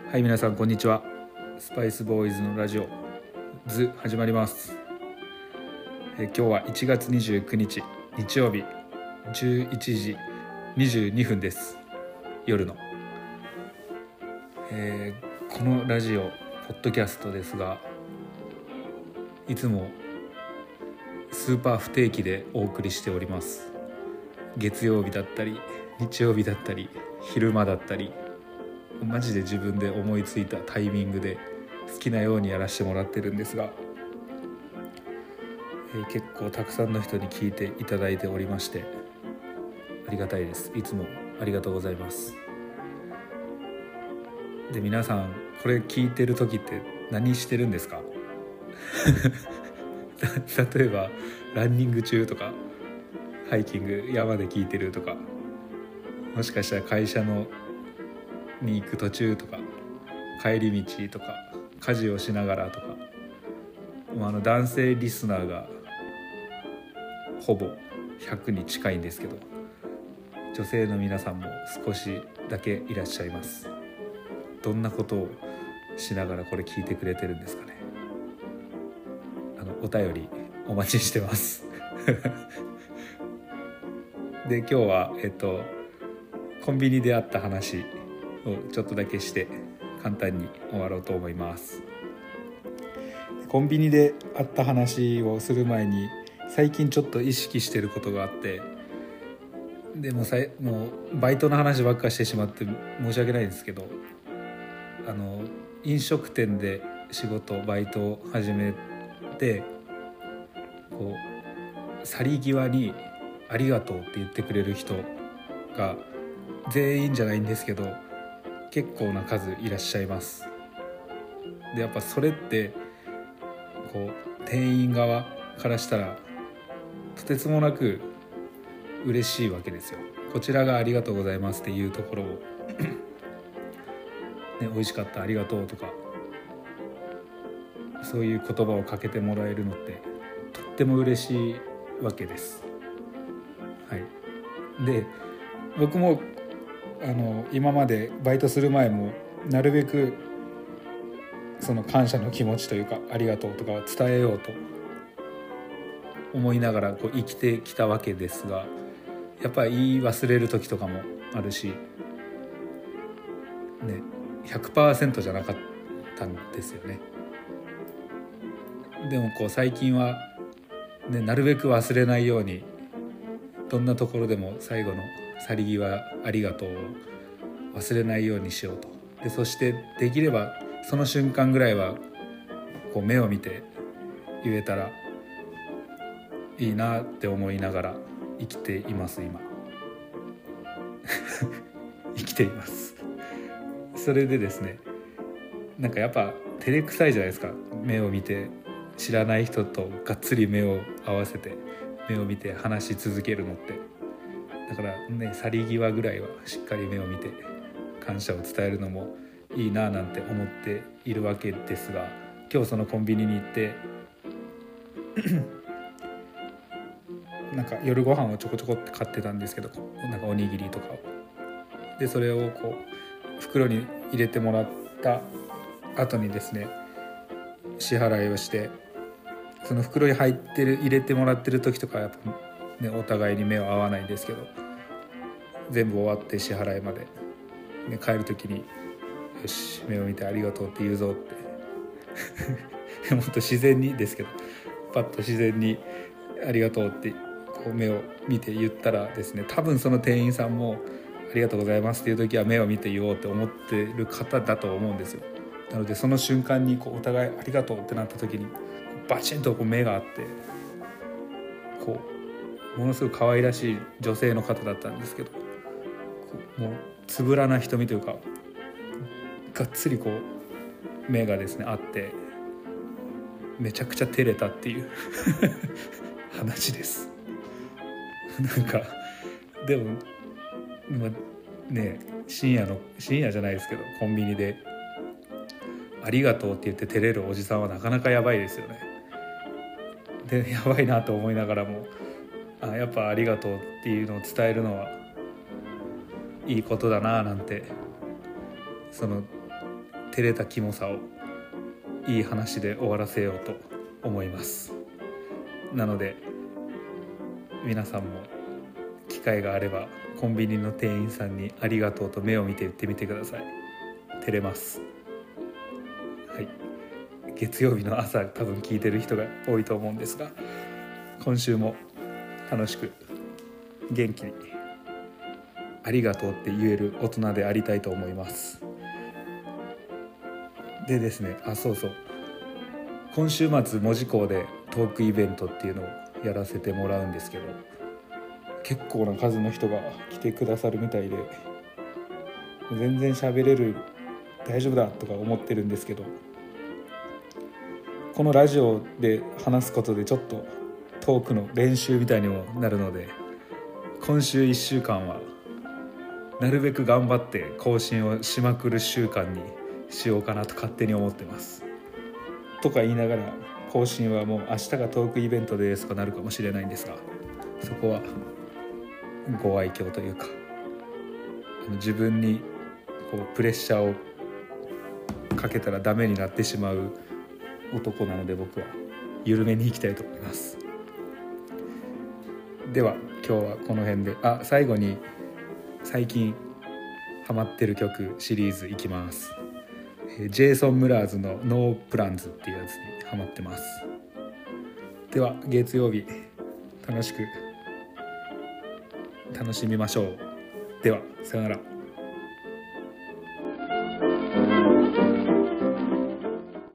はい、皆さんこんにちは。スパイスボーイズのラジオズ始まります。今日は1月29日日曜日11時22分です。夜の、このラジオポッドキャストですが、いつもスーパー不定期でお送りしております。月曜日だったり日曜日だったり昼間だったり、マジで自分で思いついたタイミングで好きなようにやらせてもらってるんですが、結構たくさんの人に聞いていただいておりましてありがたいです。いつもありがとうございます。で、皆さんこれ聞いてる時って何してるんですか？例えばランニング中とか、ハイキング山で聞いてるとか、もしかしたら会社に行く途中とか、帰り道とか、家事をしながらとか、男性リスナーがほぼ100に近いんですけど、女性の皆さんも少しだけいらっしゃいます。どんなことをしながらこれ聞いてくれてるんですかね。お便りお待ちしてますで、今日はコンビニであった話をちょっとだけして簡単に終わろうと思います。コンビニであった話をする前に、最近ちょっと意識してることがあって、でもうバイトの話ばっかしてしまって申し訳ないんですけど、飲食店でバイトを始めて、こう去り際にありがとうって言ってくれる人が全員じゃないんですけど結構な数いらっしゃいます。で、やっぱそれって店員側からしたらとてつもなく嬉しいわけですよ。こちらがありがとうございますっていうところをね、美味しかったありがとうとか、そういう言葉をかけてもらえるのってとっても嬉しいわけです。はい。で、僕も今までバイトする前もなるべくその感謝の気持ちというかありがとうとかを伝えようと思いながら生きてきたわけですが、やっぱり言い忘れる時とかもあるしね、100% じゃなかったんですよね。でも最近は、なるべく忘れないように、どんなところでも最後の去り際ありがとうを忘れないようにしようと。で、そしてできればその瞬間ぐらいは目を見て言えたらいいなって思いながら生きています今生きています。それでですね、やっぱ照れくさいじゃないですか。目を見て知らない人とがっつり目を合わせて目を見て話し続けるのって。だからね、去り際ぐらいはしっかり目を見て感謝を伝えるのもいいななんて思っているわけですが、今日そのコンビニに行って夜ご飯をちょこちょこって買ってたんですけど、おにぎりとかを。で、それを袋に入れてもらった後にですね、支払いをして、その袋に入れてもらってる時とかやっぱね、お互いに目を合わないんですけど、全部終わって支払いまで、ね、帰る時によし目を見てありがとうって言うぞってもっと自然にですけど、パッと自然にありがとうって目を見て言ったらですね、多分その店員さんもありがとうございますっていう時は目を見て言おうって思ってる方だと思うんですよ。なのでその瞬間にお互いありがとうってなった時にバチンと目があって、ものすごく可愛らしい女性の方だったんですけど、もうつぶらな瞳というかがっつり目がですねあって、めちゃくちゃ照れたっていう話です。でもね、深夜じゃないですけど、コンビニでありがとうって言って照れるおじさんはなかなかやばいですよね。で、やばいなと思いながらも、やっぱありがとうっていうのを伝えるのはいいことだななんて、その照れたキモさをいい話で終わらせようと思います。なので皆さんも機会があればコンビニの店員さんにありがとうと目を見て言ってみてください。照れます。はい、月曜日の朝多分聞いてる人が多いと思うんですが、今週も楽しく元気にありがとうって言える大人でありたいと思います。でですね、そうそう、今週末門司港でトークイベントっていうのをやらせてもらうんですけど、結構な数の人が来てくださるみたいで、全然喋れる、大丈夫だとか思ってるんですけど、このラジオで話すことでちょっとトークの練習みたいにもなるので、今週1週間はなるべく頑張って更新をしまくる週間にしようかなと勝手に思ってます。とか言いながら、更新はもう明日がトークイベントですとかなるかもしれないんですが、そこはご愛嬌というか、自分にこうプレッシャーをかけたらダメになってしまう男なので、僕は緩めにいきたいと思います。では今日はこの辺で、最後に最近ハマってる曲シリーズいきます。ジェイソン・ムラーズのノープランズっていうやつにハマってます。では月曜日楽しく楽しみましょう。ではさよなら。